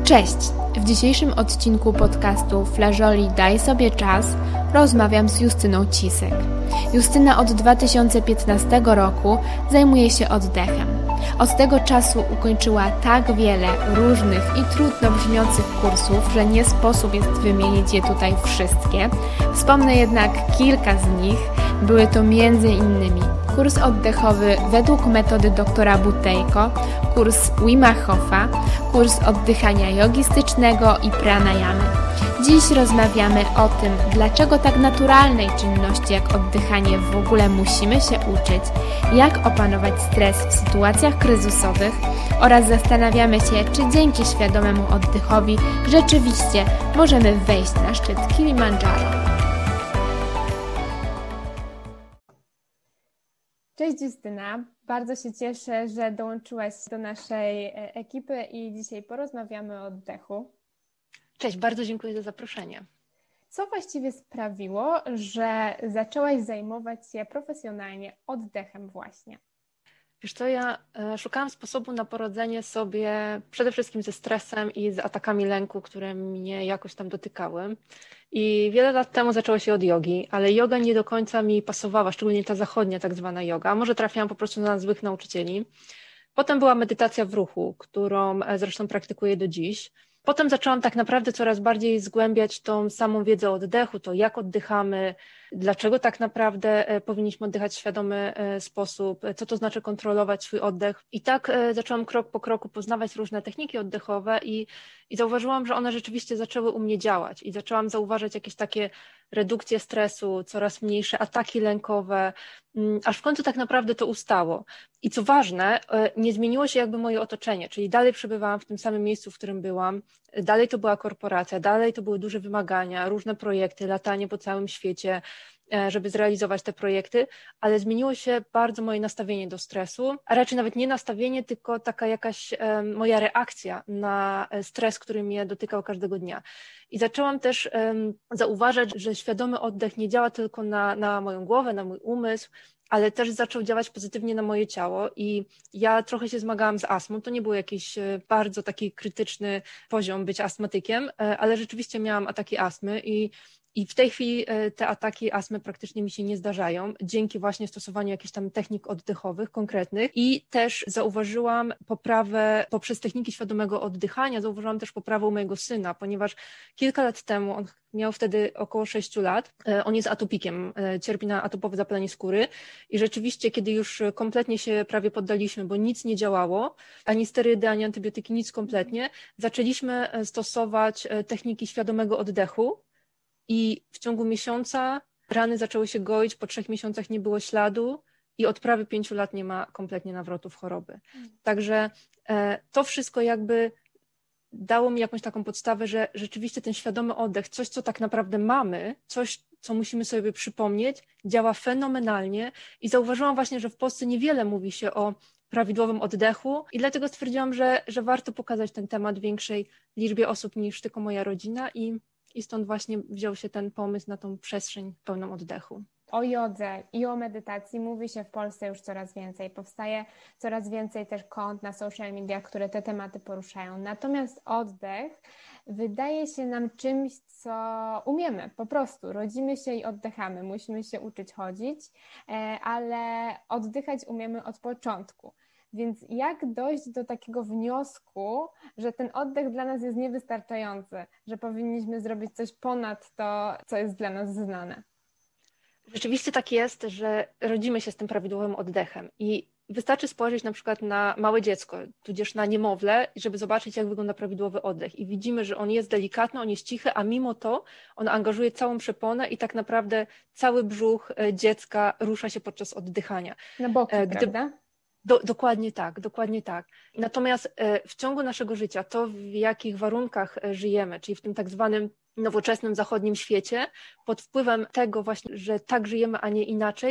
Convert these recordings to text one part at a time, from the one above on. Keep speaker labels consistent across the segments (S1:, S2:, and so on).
S1: Cześć! W dzisiejszym odcinku podcastu Flażoli Daj sobie czas rozmawiam z Justyną Cisek. Justyna od 2015 roku zajmuje się oddechem. Od tego czasu ukończyła tak wiele różnych i trudno brzmiących kursów, że nie sposób jest wymienić je tutaj wszystkie. Wspomnę jednak kilka z nich. Były to m.in. kurs oddechowy według metody doktora Butejko, kurs Wima Hofa, kurs oddychania jogistycznego i pranayamy. Dziś rozmawiamy o tym, dlaczego tak naturalnej czynności jak oddychanie w ogóle musimy się uczyć, jak opanować stres w sytuacjach kryzysowych oraz zastanawiamy się, czy dzięki świadomemu oddechowi rzeczywiście możemy wejść na szczyt Kilimandżaro. Cześć Justyna, bardzo się cieszę, że dołączyłaś do naszej ekipy i dzisiaj porozmawiamy o oddechu.
S2: Cześć, bardzo dziękuję za zaproszenie.
S1: Co właściwie sprawiło, że zaczęłaś zajmować się profesjonalnie oddechem właśnie?
S2: Wiesz co, ja szukałam sposobu na poradzenie sobie przede wszystkim ze stresem i z atakami lęku, które mnie jakoś tam dotykały. I wiele lat temu zaczęło się od jogi, ale joga nie do końca mi pasowała, szczególnie ta zachodnia tak zwana joga. Może trafiłam po prostu na złych nauczycieli. Potem była medytacja w ruchu, którą zresztą praktykuję do dziś. Potem zaczęłam tak naprawdę coraz bardziej zgłębiać tą samą wiedzę o oddechu, to jak oddychamy, dlaczego tak naprawdę powinniśmy oddychać w świadomy sposób, co to znaczy kontrolować swój oddech. I tak zaczęłam krok po kroku poznawać różne techniki oddechowe i zauważyłam, że one rzeczywiście zaczęły u mnie działać i zaczęłam zauważać jakieś takie redukcje stresu, coraz mniejsze ataki lękowe, aż w końcu tak naprawdę to ustało. I co ważne, nie zmieniło się jakby moje otoczenie, czyli dalej przebywałam w tym samym miejscu, w którym byłam, dalej to była korporacja, dalej to były duże wymagania, różne projekty, latanie po całym świecie, żeby zrealizować te projekty, ale zmieniło się bardzo moje nastawienie do stresu, a raczej nawet nie nastawienie, tylko taka jakaś moja reakcja na stres, który mnie dotykał każdego dnia. I zaczęłam też zauważać, że świadomy oddech nie działa tylko na moją głowę, na mój umysł, ale też zaczął działać pozytywnie na moje ciało i ja trochę się zmagałam z astmą. To nie był jakiś bardzo taki krytyczny poziom być astmatykiem, ale rzeczywiście miałam ataki astmy i w tej chwili te ataki astmy praktycznie mi się nie zdarzają, dzięki właśnie stosowaniu jakichś tam technik oddechowych konkretnych i też zauważyłam poprawę poprzez techniki świadomego oddychania, zauważyłam też poprawę u mojego syna, ponieważ kilka lat temu, on miał wtedy około 6 lat, on jest atopikiem, cierpi na atopowe zapalenie skóry i rzeczywiście, kiedy już kompletnie się prawie poddaliśmy, bo nic nie działało, ani sterydy, ani antybiotyki, nic kompletnie, zaczęliśmy stosować techniki świadomego oddechu. I w ciągu miesiąca rany zaczęły się goić, po 3 miesiącach nie było śladu i od prawie 5 lat nie ma kompletnie nawrotów choroby. Także to wszystko jakby dało mi jakąś taką podstawę, że rzeczywiście ten świadomy oddech, coś co tak naprawdę mamy, coś co musimy sobie przypomnieć, działa fenomenalnie i zauważyłam właśnie, że w Polsce niewiele mówi się o prawidłowym oddechu i dlatego stwierdziłam, że warto pokazać ten temat większej liczbie osób niż tylko moja rodzina i stąd właśnie wziął się ten pomysł na tą przestrzeń pełną oddechu.
S1: O jodze i o medytacji mówi się w Polsce już coraz więcej. Powstaje coraz więcej też kont na social mediach, które te tematy poruszają. Natomiast oddech wydaje się nam czymś, co umiemy po prostu. Rodzimy się i oddychamy. Musimy się uczyć chodzić, ale oddychać umiemy od początku. Więc jak dojść do takiego wniosku, że ten oddech dla nas jest niewystarczający, że powinniśmy zrobić coś ponad to, co jest dla nas znane?
S2: Rzeczywiście tak jest, że rodzimy się z tym prawidłowym oddechem i wystarczy spojrzeć na przykład na małe dziecko, tudzież na niemowlę, żeby zobaczyć, jak wygląda prawidłowy oddech i widzimy, że on jest delikatny, on jest cichy, a mimo to on angażuje całą przeponę i tak naprawdę cały brzuch dziecka rusza się podczas oddychania.
S1: Na boki, prawda?
S2: Dokładnie tak, dokładnie tak. Natomiast w ciągu naszego życia, to w jakich warunkach żyjemy, czyli w tym tak zwanym nowoczesnym zachodnim świecie, pod wpływem tego właśnie, że tak żyjemy, a nie inaczej,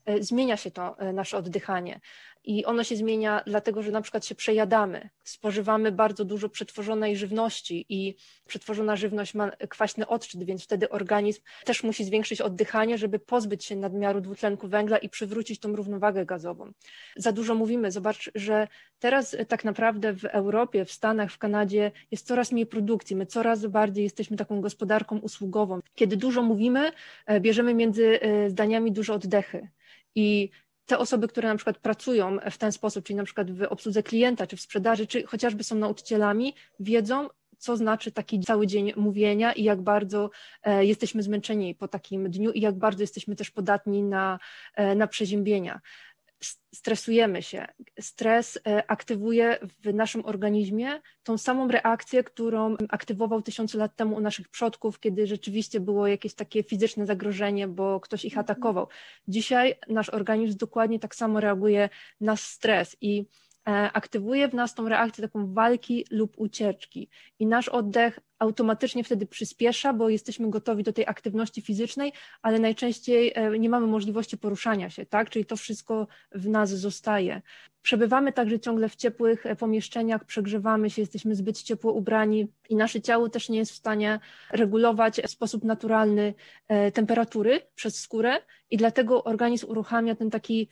S2: zmienia się to nasze oddychanie. I ono się zmienia dlatego, że na przykład się przejadamy, spożywamy bardzo dużo przetworzonej żywności i przetworzona żywność ma kwaśny odczyt, więc wtedy organizm też musi zwiększyć oddychanie, żeby pozbyć się nadmiaru dwutlenku węgla i przywrócić tą równowagę gazową. Za dużo mówimy, zobacz, że teraz tak naprawdę w Europie, w Stanach, w Kanadzie jest coraz mniej produkcji, my coraz bardziej jesteśmy taką gospodarką usługową. Kiedy dużo mówimy, bierzemy między zdaniami dużo oddechy i te osoby, które na przykład pracują w ten sposób, czyli na przykład w obsłudze klienta, czy w sprzedaży, czy chociażby są nauczycielami, wiedzą, co znaczy taki cały dzień mówienia i jak bardzo jesteśmy zmęczeni po takim dniu i jak bardzo jesteśmy też podatni na przeziębienia. Stresujemy się. Stres aktywuje w naszym organizmie tą samą reakcję, którą aktywował tysiące lat temu u naszych przodków, kiedy rzeczywiście było jakieś takie fizyczne zagrożenie, bo ktoś ich atakował. Dzisiaj nasz organizm dokładnie tak samo reaguje na stres i aktywuje w nas tą reakcję taką walki lub ucieczki i nasz oddech automatycznie wtedy przyspiesza, bo jesteśmy gotowi do tej aktywności fizycznej, ale najczęściej nie mamy możliwości poruszania się, tak? Czyli to wszystko w nas zostaje. Przebywamy także ciągle w ciepłych pomieszczeniach, przegrzewamy się, jesteśmy zbyt ciepło ubrani i nasze ciało też nie jest w stanie regulować w sposób naturalny temperatury przez skórę i dlatego organizm uruchamia ten taki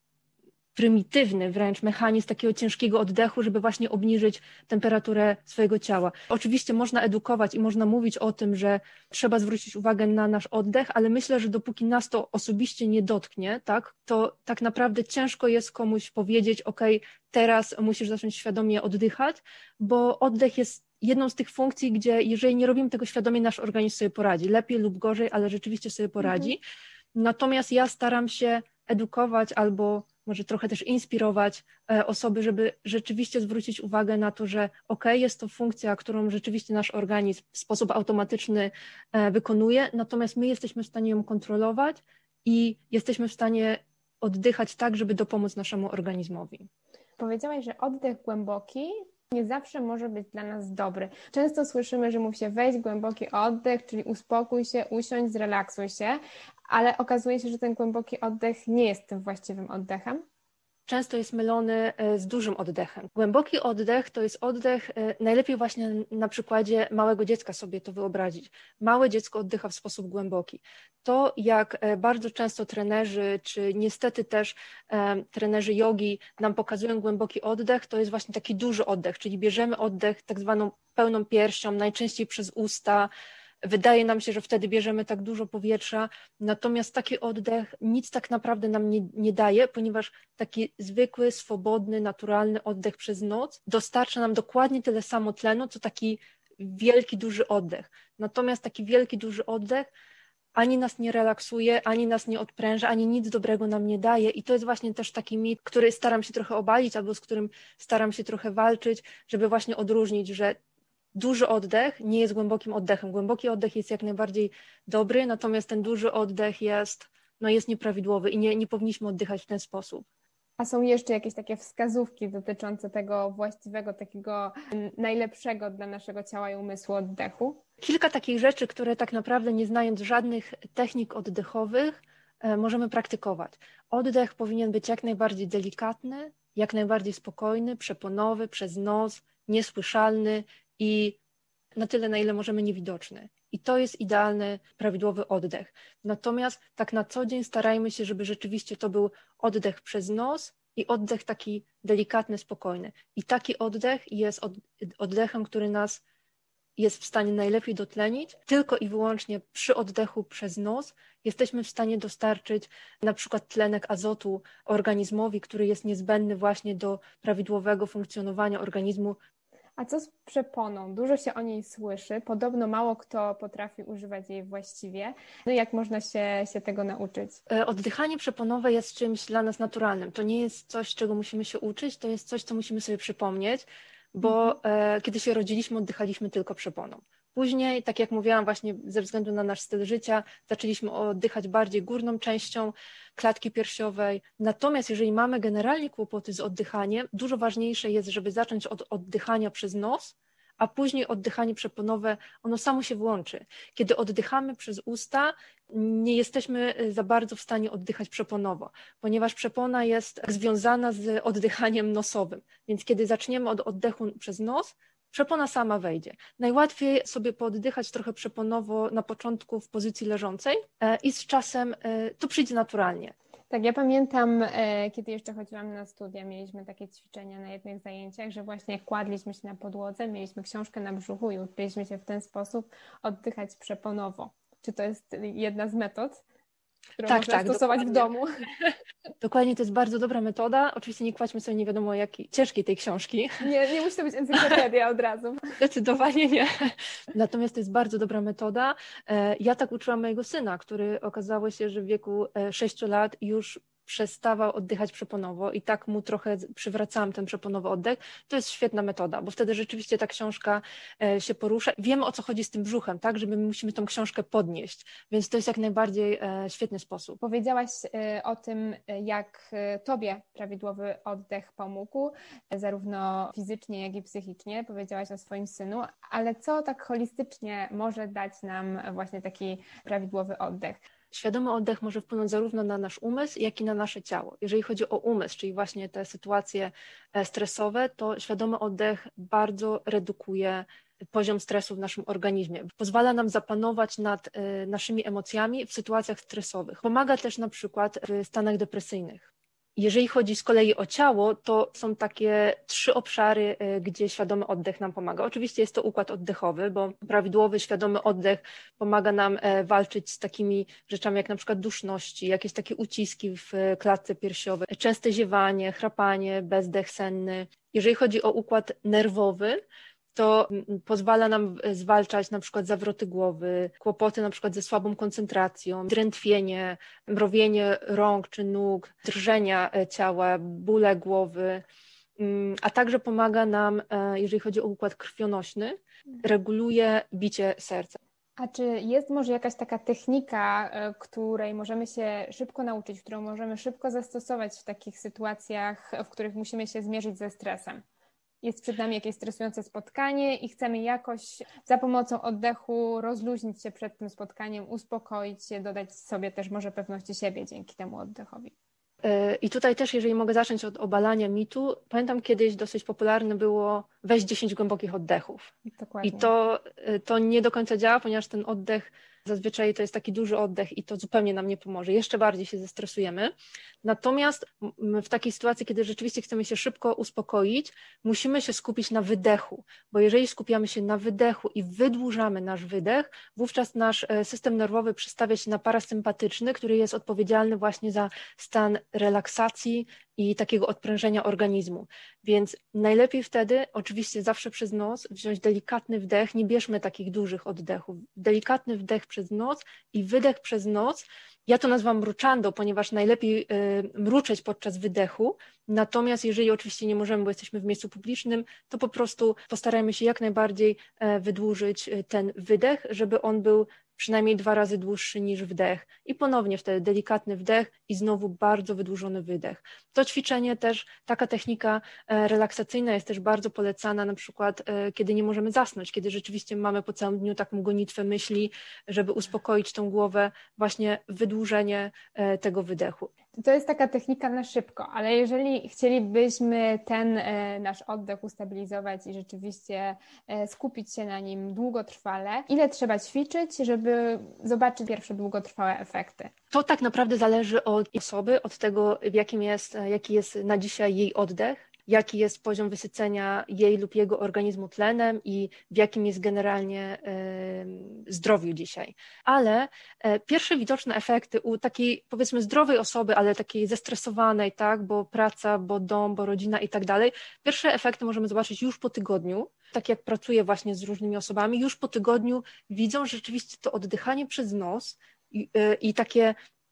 S2: prymitywny wręcz mechanizm takiego ciężkiego oddechu, żeby właśnie obniżyć temperaturę swojego ciała. Oczywiście można edukować i można mówić o tym, że trzeba zwrócić uwagę na nasz oddech, ale myślę, że dopóki nas to osobiście nie dotknie, tak, to tak naprawdę ciężko jest komuś powiedzieć, ok, teraz musisz zacząć świadomie oddychać, bo oddech jest jedną z tych funkcji, gdzie jeżeli nie robimy tego świadomie, nasz organizm sobie poradzi. Lepiej lub gorzej, ale rzeczywiście sobie poradzi. Natomiast ja staram się edukować albo może trochę też inspirować osoby, żeby rzeczywiście zwrócić uwagę na to, że jest to funkcja, którą rzeczywiście nasz organizm w sposób automatyczny wykonuje, natomiast my jesteśmy w stanie ją kontrolować i jesteśmy w stanie oddychać tak, żeby dopomóc naszemu organizmowi.
S3: Powiedziałaś, że oddech głęboki nie zawsze może być dla nas dobry. Często słyszymy, że musi się wejść głęboki oddech, czyli uspokój się, usiądź, zrelaksuj się, ale okazuje się, że ten głęboki oddech nie jest tym właściwym oddechem.
S2: Często jest mylony z dużym oddechem. Głęboki oddech to jest oddech, najlepiej właśnie na przykładzie małego dziecka sobie to wyobrazić. Małe dziecko oddycha w sposób głęboki. To jak bardzo często trenerzy, czy niestety też trenerzy jogi nam pokazują głęboki oddech, to jest właśnie taki duży oddech, czyli bierzemy oddech tak zwaną pełną piersią, najczęściej przez usta. Wydaje nam się, że wtedy bierzemy tak dużo powietrza, natomiast taki oddech nic tak naprawdę nam nie daje, ponieważ taki zwykły, swobodny, naturalny oddech przez nos dostarcza nam dokładnie tyle samo tlenu, co taki wielki, duży oddech. Natomiast taki wielki, duży oddech ani nas nie relaksuje, ani nas nie odpręża, ani nic dobrego nam nie daje i to jest właśnie też taki mit, który staram się trochę obalić albo z którym staram się trochę walczyć, żeby właśnie odróżnić, że duży oddech nie jest głębokim oddechem. Głęboki oddech jest jak najbardziej dobry, natomiast ten duży oddech jest nieprawidłowy i nie powinniśmy oddychać w ten sposób.
S3: A są jeszcze jakieś takie wskazówki dotyczące tego właściwego, takiego najlepszego dla naszego ciała i umysłu oddechu?
S2: Kilka takich rzeczy, które tak naprawdę nie znając żadnych technik oddechowych możemy praktykować. Oddech powinien być jak najbardziej delikatny, jak najbardziej spokojny, przeponowy, przez nos, niesłyszalny i na tyle, na ile możemy niewidoczny. I to jest idealny, prawidłowy oddech. Natomiast tak na co dzień starajmy się, żeby rzeczywiście to był oddech przez nos i oddech taki delikatny, spokojny. I taki oddech jest oddechem, który nas jest w stanie najlepiej dotlenić. Tylko i wyłącznie przy oddechu przez nos jesteśmy w stanie dostarczyć na przykład tlenek azotu organizmowi, który jest niezbędny właśnie do prawidłowego funkcjonowania organizmu.
S3: A co z przeponą? Dużo się o niej słyszy, podobno mało kto potrafi używać jej właściwie. No jak można się tego nauczyć?
S2: Oddychanie przeponowe jest czymś dla nas naturalnym. To nie jest coś, czego musimy się uczyć, to jest coś, co musimy sobie przypomnieć, bo kiedy się rodziliśmy, oddychaliśmy tylko przeponą. Później, tak jak mówiłam, właśnie ze względu na nasz styl życia, zaczęliśmy oddychać bardziej górną częścią klatki piersiowej. Natomiast jeżeli mamy generalnie kłopoty z oddychaniem, dużo ważniejsze jest, żeby zacząć od oddychania przez nos, a później oddychanie przeponowe, ono samo się włączy. Kiedy oddychamy przez usta, nie jesteśmy za bardzo w stanie oddychać przeponowo, ponieważ przepona jest związana z oddychaniem nosowym. Więc kiedy zaczniemy od oddechu przez nos, przepona sama wejdzie. Najłatwiej sobie pooddychać trochę przeponowo na początku w pozycji leżącej i z czasem to przyjdzie naturalnie.
S3: Tak, ja pamiętam, kiedy jeszcze chodziłam na studia, mieliśmy takie ćwiczenia na jednych zajęciach, że właśnie kładliśmy się na podłodze, mieliśmy książkę na brzuchu i uczyliśmy się w ten sposób oddychać przeponowo. Czy to jest jedna z metod, którą można stosować dokładnie w domu?
S2: Dokładnie, to jest bardzo dobra metoda. Oczywiście nie kładźmy sobie nie wiadomo jakiej ciężkiej tej książki.
S3: Nie musi to być encyklopedia od razu.
S2: Zdecydowanie nie. Natomiast to jest bardzo dobra metoda. Ja tak uczyłam mojego syna, który okazało się, że w wieku 6 lat już przestawał oddychać przeponowo i tak mu trochę przywracałam ten przeponowy oddech. To jest świetna metoda, bo wtedy rzeczywiście ta książka się porusza. Wiemy, o co chodzi z tym brzuchem, tak, że my musimy tą książkę podnieść, więc to jest jak najbardziej świetny sposób.
S3: Powiedziałaś o tym, jak Tobie prawidłowy oddech pomógł, zarówno fizycznie, jak i psychicznie. Powiedziałaś o swoim synu, ale co tak holistycznie może dać nam właśnie taki prawidłowy oddech?
S2: Świadomy oddech może wpłynąć zarówno na nasz umysł, jak i na nasze ciało. Jeżeli chodzi o umysł, czyli właśnie te sytuacje stresowe, to świadomy oddech bardzo redukuje poziom stresu w naszym organizmie. Pozwala nam zapanować nad naszymi emocjami w sytuacjach stresowych. Pomaga też na przykład w stanach depresyjnych. Jeżeli chodzi z kolei o ciało, to są takie 3 obszary, gdzie świadomy oddech nam pomaga. Oczywiście jest to układ oddechowy, bo prawidłowy, świadomy oddech pomaga nam walczyć z takimi rzeczami jak na przykład duszności, jakieś takie uciski w klatce piersiowej, częste ziewanie, chrapanie, bezdech senny. Jeżeli chodzi o układ nerwowy, to pozwala nam zwalczać na przykład zawroty głowy, kłopoty na przykład ze słabą koncentracją, drętwienie, mrowienie rąk czy nóg, drżenia ciała, bóle głowy, a także pomaga nam, jeżeli chodzi o układ krwionośny, reguluje bicie serca.
S3: A czy jest może jakaś taka technika, której możemy się szybko nauczyć, którą możemy szybko zastosować w takich sytuacjach, w których musimy się zmierzyć ze stresem? Jest przed nami jakieś stresujące spotkanie i chcemy jakoś za pomocą oddechu rozluźnić się przed tym spotkaniem, uspokoić się, dodać sobie też może pewności siebie dzięki temu oddechowi.
S2: I tutaj też, jeżeli mogę zacząć od obalania mitu, pamiętam kiedyś dosyć popularne było weź 10 głębokich oddechów.
S3: Dokładnie.
S2: I to nie do końca działa, ponieważ ten oddech zazwyczaj to jest taki duży oddech i to zupełnie nam nie pomoże. Jeszcze bardziej się zestresujemy. Natomiast w takiej sytuacji, kiedy rzeczywiście chcemy się szybko uspokoić, musimy się skupić na wydechu, bo jeżeli skupiamy się na wydechu i wydłużamy nasz wydech, wówczas nasz system nerwowy przestawia się na parasympatyczny, który jest odpowiedzialny właśnie za stan relaksacji i takiego odprężenia organizmu. Więc najlepiej wtedy, oczywiście zawsze przez nos, wziąć delikatny wdech, nie bierzmy takich dużych oddechów. Delikatny wdech przez nos i wydech przez nos. Ja to nazywam mruczando, ponieważ najlepiej mruczeć podczas wydechu, natomiast jeżeli oczywiście nie możemy, bo jesteśmy w miejscu publicznym, to po prostu postarajmy się jak najbardziej wydłużyć ten wydech, żeby on był przynajmniej 2 razy dłuższy niż wdech i ponownie wtedy delikatny wdech i znowu bardzo wydłużony wydech. To ćwiczenie też, taka technika relaksacyjna jest też bardzo polecana na przykład, kiedy nie możemy zasnąć, kiedy rzeczywiście mamy po całym dniu taką gonitwę myśli, żeby uspokoić tą głowę, właśnie wydłużenie tego wydechu.
S3: To jest taka technika na szybko, ale jeżeli chcielibyśmy ten nasz oddech ustabilizować i rzeczywiście skupić się na nim długotrwale, ile trzeba ćwiczyć, żeby zobaczyć pierwsze długotrwałe efekty?
S2: To tak naprawdę zależy od osoby, od tego, jaki jest na dzisiaj jej oddech, jaki jest poziom wysycenia jej lub jego organizmu tlenem i w jakim jest generalnie zdrowiu dzisiaj. Ale pierwsze widoczne efekty u takiej powiedzmy zdrowej osoby, ale takiej zestresowanej, tak, bo praca, bo dom, bo rodzina i tak dalej, pierwsze efekty możemy zobaczyć już po tygodniu. Tak jak pracuję właśnie z różnymi osobami, już po tygodniu widzą, że rzeczywiście to oddychanie przez nos i takie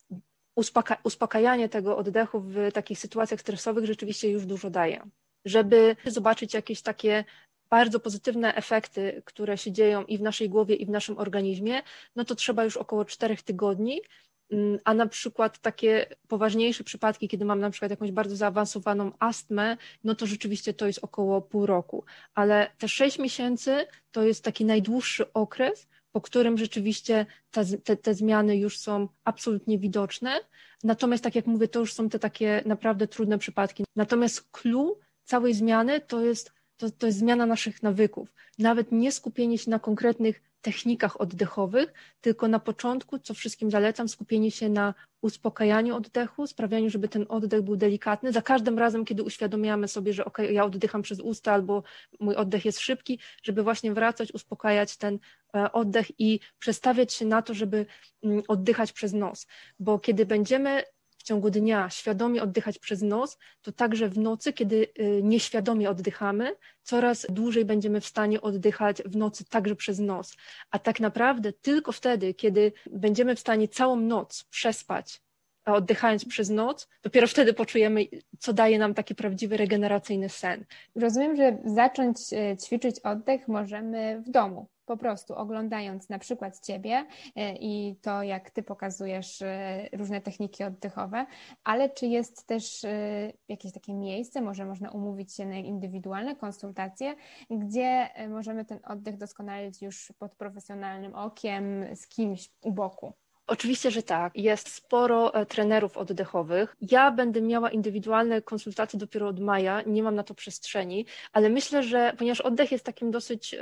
S2: uspokajanie tego oddechu w takich sytuacjach stresowych rzeczywiście już dużo daje. Żeby zobaczyć jakieś takie bardzo pozytywne efekty, które się dzieją i w naszej głowie, i w naszym organizmie, no to trzeba już około 4 tygodni A na przykład takie poważniejsze przypadki, kiedy mam na przykład jakąś bardzo zaawansowaną astmę, no to rzeczywiście to jest około pół roku. Ale te 6 miesięcy to jest taki najdłuższy okres, po którym rzeczywiście te zmiany już są absolutnie widoczne. Natomiast tak jak mówię, to już są te takie naprawdę trudne przypadki. Natomiast clue całej zmiany to jest zmiana naszych nawyków. Nawet nie skupienie się na konkretnych technikach oddechowych, tylko na początku, co wszystkim zalecam, skupienie się na uspokajaniu oddechu, sprawianiu, żeby ten oddech był delikatny. Za każdym razem, kiedy uświadamiamy sobie, że ja oddycham przez usta albo mój oddech jest szybki, żeby właśnie wracać, uspokajać ten oddech i przestawiać się na to, żeby oddychać przez nos. Bo kiedy będziemy w ciągu dnia świadomie oddychać przez nos, to także w nocy, kiedy nieświadomie oddychamy, coraz dłużej będziemy w stanie oddychać w nocy także przez nos. A tak naprawdę tylko wtedy, kiedy będziemy w stanie całą noc przespać, oddychając przez noc, dopiero wtedy poczujemy, co daje nam taki prawdziwy regeneracyjny sen.
S3: Rozumiem, że zacząć ćwiczyć oddech możemy w domu. Po prostu oglądając na przykład Ciebie i to, jak Ty pokazujesz różne techniki oddechowe, ale czy jest też jakieś takie miejsce, może można umówić się na indywidualne konsultacje, gdzie możemy ten oddech doskonalić już pod profesjonalnym okiem, z kimś u boku?
S2: Oczywiście, że tak. Jest sporo trenerów oddechowych. Ja będę miała indywidualne konsultacje dopiero od maja, nie mam na to przestrzeni, ale myślę, że ponieważ oddech jest takim dosyć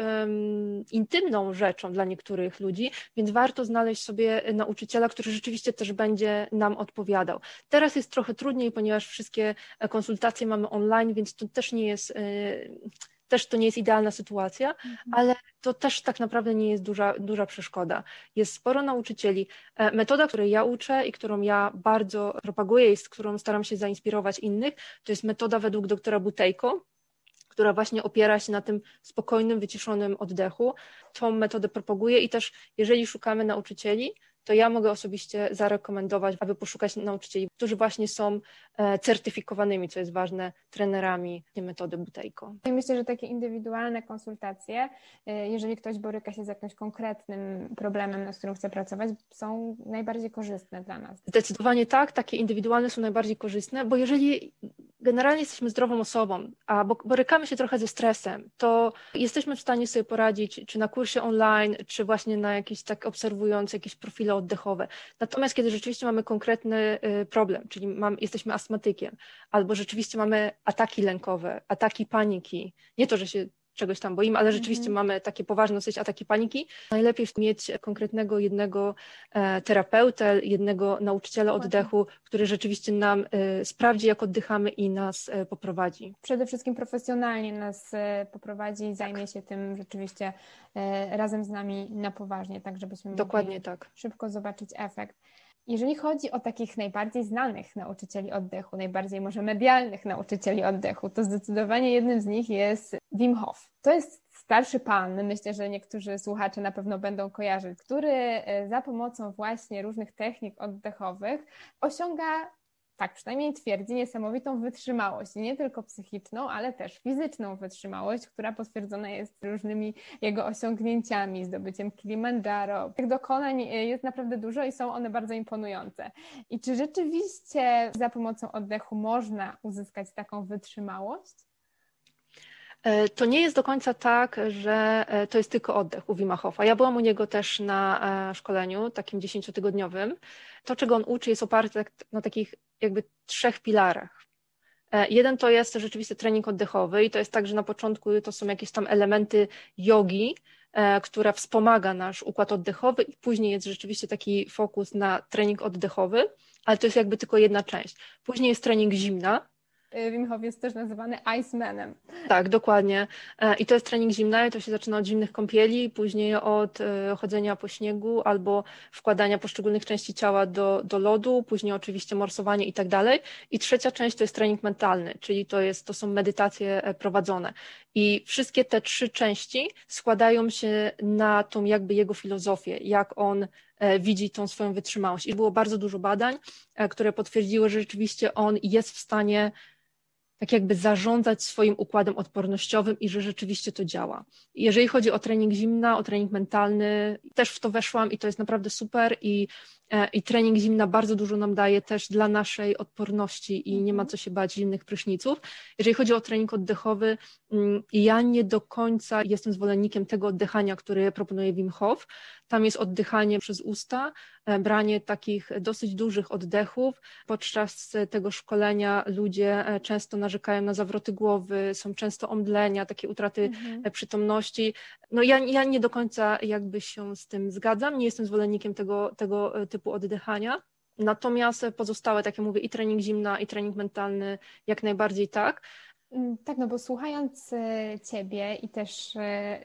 S2: intymną rzeczą dla niektórych ludzi, więc warto znaleźć sobie nauczyciela, który rzeczywiście też będzie nam odpowiadał. Teraz jest trochę trudniej, ponieważ wszystkie konsultacje mamy online, więc to też nie jest... Też to nie jest idealna sytuacja, ale to też tak naprawdę nie jest duża przeszkoda. Jest sporo nauczycieli. Metoda, której ja uczę i którą ja bardzo propaguję i z którą staram się zainspirować innych, to jest metoda według doktora Buteyko, która właśnie opiera się na tym spokojnym, wyciszonym oddechu. Tą metodę propaguję i też jeżeli szukamy nauczycieli, to ja mogę osobiście zarekomendować, aby poszukać nauczycieli, którzy właśnie są certyfikowanymi, co jest ważne, trenerami metody Buteyko.
S3: Myślę, że takie indywidualne konsultacje, jeżeli ktoś boryka się z jakimś konkretnym problemem, nad którym chce pracować, są najbardziej korzystne dla nas.
S2: Zdecydowanie tak, takie indywidualne są najbardziej korzystne, bo jeżeli generalnie jesteśmy zdrową osobą, a borykamy się trochę ze stresem, to jesteśmy w stanie sobie poradzić, czy na kursie online, czy właśnie na jakieś tak obserwując jakieś profile oddechowe. Natomiast kiedy rzeczywiście mamy konkretny problem, czyli jesteśmy astmatykiem, albo rzeczywiście mamy ataki lękowe, ataki paniki, nie to, że się czegoś tam boimy, ale rzeczywiście mamy takie poważne dosyć ataki paniki, najlepiej mieć konkretnego jednego terapeutę, jednego nauczyciela oddechu, który rzeczywiście nam sprawdzi, jak oddychamy i nas poprowadzi.
S3: Przede wszystkim profesjonalnie nas poprowadzi i zajmie się tym rzeczywiście razem z nami na poważnie, tak żebyśmy mogli szybko zobaczyć efekt. Jeżeli chodzi o takich najbardziej znanych nauczycieli oddechu, najbardziej może medialnych nauczycieli oddechu, to zdecydowanie jednym z nich jest Wim Hof. To jest starszy pan, myślę, że niektórzy słuchacze na pewno będą kojarzyć, który za pomocą właśnie różnych technik oddechowych osiąga, tak przynajmniej twierdzi, niesamowitą wytrzymałość. Nie tylko psychiczną, ale też fizyczną wytrzymałość, która potwierdzona jest różnymi jego osiągnięciami, zdobyciem Kilimandżaro. Tych dokonań jest naprawdę dużo i są one bardzo imponujące. I czy rzeczywiście za pomocą oddechu można uzyskać taką wytrzymałość?
S2: To nie jest do końca tak, że to jest tylko oddech u Wima Hofa. Ja byłam u niego też na szkoleniu, takim 10-tygodniowym. To, czego on uczy, jest oparte na takich jakby 3 filarach. Jeden to jest rzeczywiście trening oddechowy i to jest tak, że na początku to są jakieś tam elementy jogi, która wspomaga nasz układ oddechowy i później jest rzeczywiście taki fokus na trening oddechowy, ale to jest jakby tylko jedna część. Później jest trening zimna.
S3: Wim Hof jest też nazywany Icemanem.
S2: Tak, dokładnie. I to jest trening zimny, to się zaczyna od zimnych kąpieli, później od chodzenia po śniegu albo wkładania poszczególnych części ciała do lodu, później oczywiście morsowanie i tak dalej. I trzecia część to jest trening mentalny, czyli to są medytacje prowadzone. I wszystkie te 3 części składają się na tą jakby jego filozofię, jak on widzi tą swoją wytrzymałość. I było bardzo dużo badań, które potwierdziły, że rzeczywiście on jest w stanie tak jakby zarządzać swoim układem odpornościowym i że rzeczywiście to działa. Jeżeli chodzi o trening zimna, o trening mentalny, też w to weszłam i to jest naprawdę super i trening zimna bardzo dużo nam daje też dla naszej odporności i nie ma co się bać zimnych pryszniców. Jeżeli chodzi o trening oddechowy, ja nie do końca jestem zwolennikiem tego oddychania, który proponuje Wim Hof. Tam jest oddychanie przez usta, branie takich dosyć dużych oddechów. Podczas tego szkolenia ludzie często narzekają na zawroty głowy, są często omdlenia, takie utraty przytomności. No ja nie do końca jakby się z tym zgadzam, nie jestem zwolennikiem tego typu oddychania. Natomiast pozostałe, tak jak mówię, i trening zimna, i trening mentalny, jak najbardziej tak.
S3: Tak, no bo słuchając Ciebie i też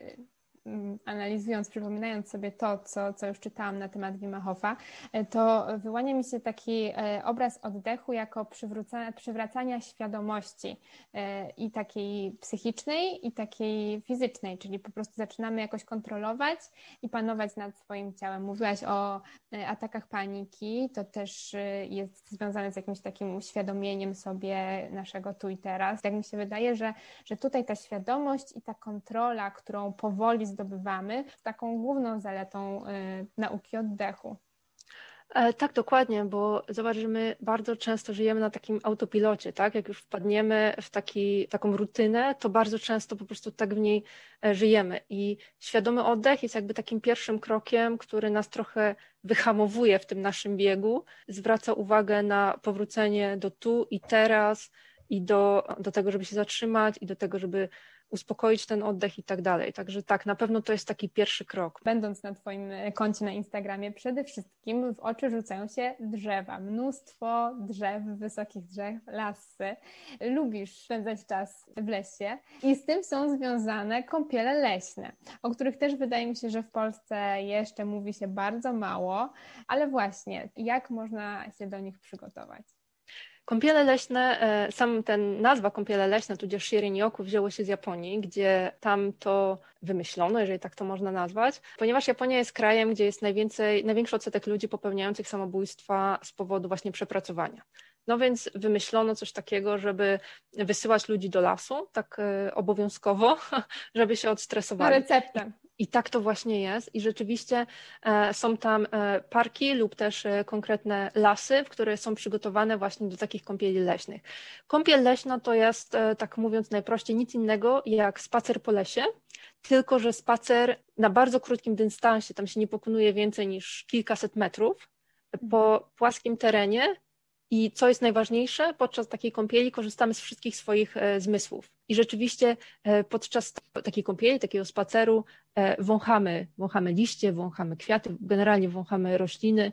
S3: analizując, przypominając sobie to, co już czytałam na temat Wima Hofa, to wyłania mi się taki obraz oddechu jako przywracania świadomości i takiej psychicznej, i takiej fizycznej, czyli po prostu zaczynamy jakoś kontrolować i panować nad swoim ciałem. Mówiłaś o atakach paniki, to też jest związane z jakimś takim uświadomieniem sobie naszego tu i teraz. Tak mi się wydaje, że tutaj ta świadomość i ta kontrola, którą powoli zdobywamy, taką główną zaletą nauki oddechu.
S2: Tak, dokładnie, bo zobacz, że my bardzo często żyjemy na takim autopilocie, tak? Jak już wpadniemy w taką rutynę, to bardzo często po prostu tak w niej żyjemy i świadomy oddech jest jakby takim pierwszym krokiem, który nas trochę wyhamowuje w tym naszym biegu, zwraca uwagę na powrócenie do tu i teraz i do tego, żeby się zatrzymać i do tego, żeby uspokoić ten oddech i tak dalej. Także tak, na pewno to jest taki pierwszy krok.
S3: Będąc na Twoim koncie na Instagramie, przede wszystkim w oczy rzucają się drzewa. Mnóstwo drzew, wysokich drzew, lasy. Lubisz spędzać czas w lesie i z tym są związane kąpiele leśne, o których też wydaje mi się, że w Polsce jeszcze mówi się bardzo mało, ale właśnie, jak można się do nich przygotować?
S2: Kąpiele leśne, sam ten nazwa kąpiele leśne, tudzież Shirin-yoku wzięło się z Japonii, gdzie tam to wymyślono, jeżeli tak to można nazwać, ponieważ Japonia jest krajem, gdzie jest największy odsetek ludzi popełniających samobójstwa z powodu właśnie przepracowania. No więc wymyślono coś takiego, żeby wysyłać ludzi do lasu, tak obowiązkowo, żeby się odstresowali.
S3: Receptę.
S2: I tak to właśnie jest i rzeczywiście są tam parki lub też konkretne lasy, które są przygotowane właśnie do takich kąpieli leśnych. Kąpiel leśna to jest, tak mówiąc najprościej, nic innego jak spacer po lesie, tylko że spacer na bardzo krótkim dystansie, tam się nie pokonuje więcej niż kilkaset metrów po płaskim terenie. I co jest najważniejsze, podczas takiej kąpieli korzystamy z wszystkich swoich zmysłów. I rzeczywiście podczas takiej kąpieli, takiego spaceru wąchamy liście, wąchamy kwiaty, generalnie wąchamy rośliny.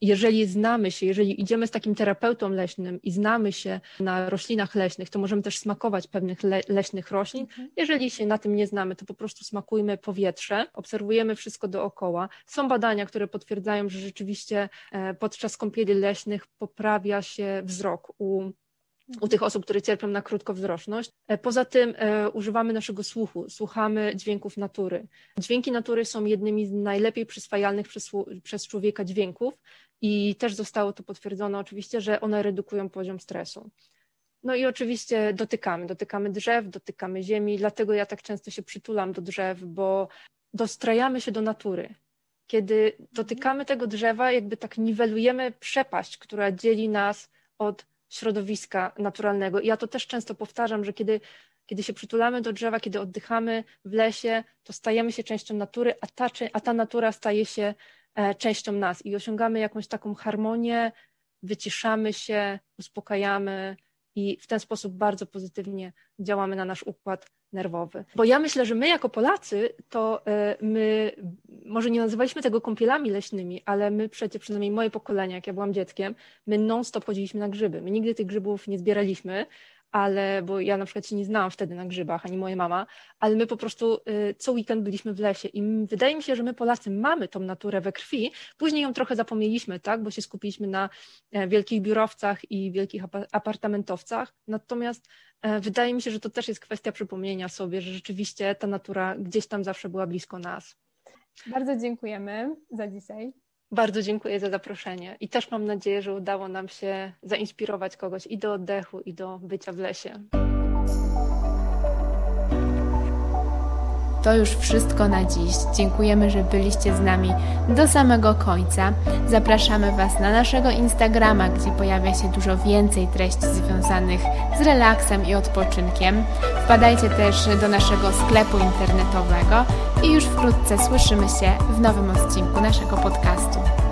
S2: Jeżeli idziemy z takim terapeutą leśnym i znamy się na roślinach leśnych, to możemy też smakować pewnych leśnych roślin. Jeżeli się na tym nie znamy, to po prostu smakujmy powietrze, obserwujemy wszystko dookoła. Są badania, które potwierdzają, że rzeczywiście podczas kąpieli leśnych poprawia się wzrok u tych osób, które cierpią na krótkowzroczność. Poza tym używamy naszego słuchu, słuchamy dźwięków natury. Dźwięki natury są jednymi z najlepiej przyswajalnych przez człowieka dźwięków i też zostało to potwierdzone oczywiście, że one redukują poziom stresu. No i oczywiście dotykamy drzew, dotykamy ziemi, dlatego ja tak często się przytulam do drzew, bo dostrajamy się do natury. Kiedy dotykamy tego drzewa, jakby tak niwelujemy przepaść, która dzieli nas od środowiska naturalnego. I ja to też często powtarzam, że kiedy się przytulamy do drzewa, kiedy oddychamy w lesie, to stajemy się częścią natury, a ta natura staje się częścią nas i osiągamy jakąś taką harmonię, wyciszamy się, uspokajamy i w ten sposób bardzo pozytywnie działamy na nasz układ nerwowy. Bo ja myślę, że my jako Polacy, to my może nie nazywaliśmy tego kąpielami leśnymi, ale my przynajmniej moje pokolenie, jak ja byłam dzieckiem, my non-stop chodziliśmy na grzyby. My nigdy tych grzybów nie zbieraliśmy, bo ja na przykład się nie znałam wtedy na grzybach, ani moja mama, ale my po prostu co weekend byliśmy w lesie i wydaje mi się, że my Polacy mamy tą naturę we krwi, później ją trochę zapomnieliśmy, tak, bo się skupiliśmy na wielkich biurowcach i wielkich apartamentowcach, natomiast wydaje mi się, że to też jest kwestia przypomnienia sobie, że rzeczywiście ta natura gdzieś tam zawsze była blisko nas.
S3: Bardzo dziękujemy za dzisiaj.
S2: Bardzo dziękuję za zaproszenie i też mam nadzieję, że udało nam się zainspirować kogoś i do oddechu, i do bycia w lesie.
S1: To już wszystko na dziś. Dziękujemy, że byliście z nami do samego końca. Zapraszamy Was na naszego Instagrama, gdzie pojawia się dużo więcej treści związanych z relaksem i odpoczynkiem. Wpadajcie też do naszego sklepu internetowego i już wkrótce słyszymy się w nowym odcinku naszego podcastu.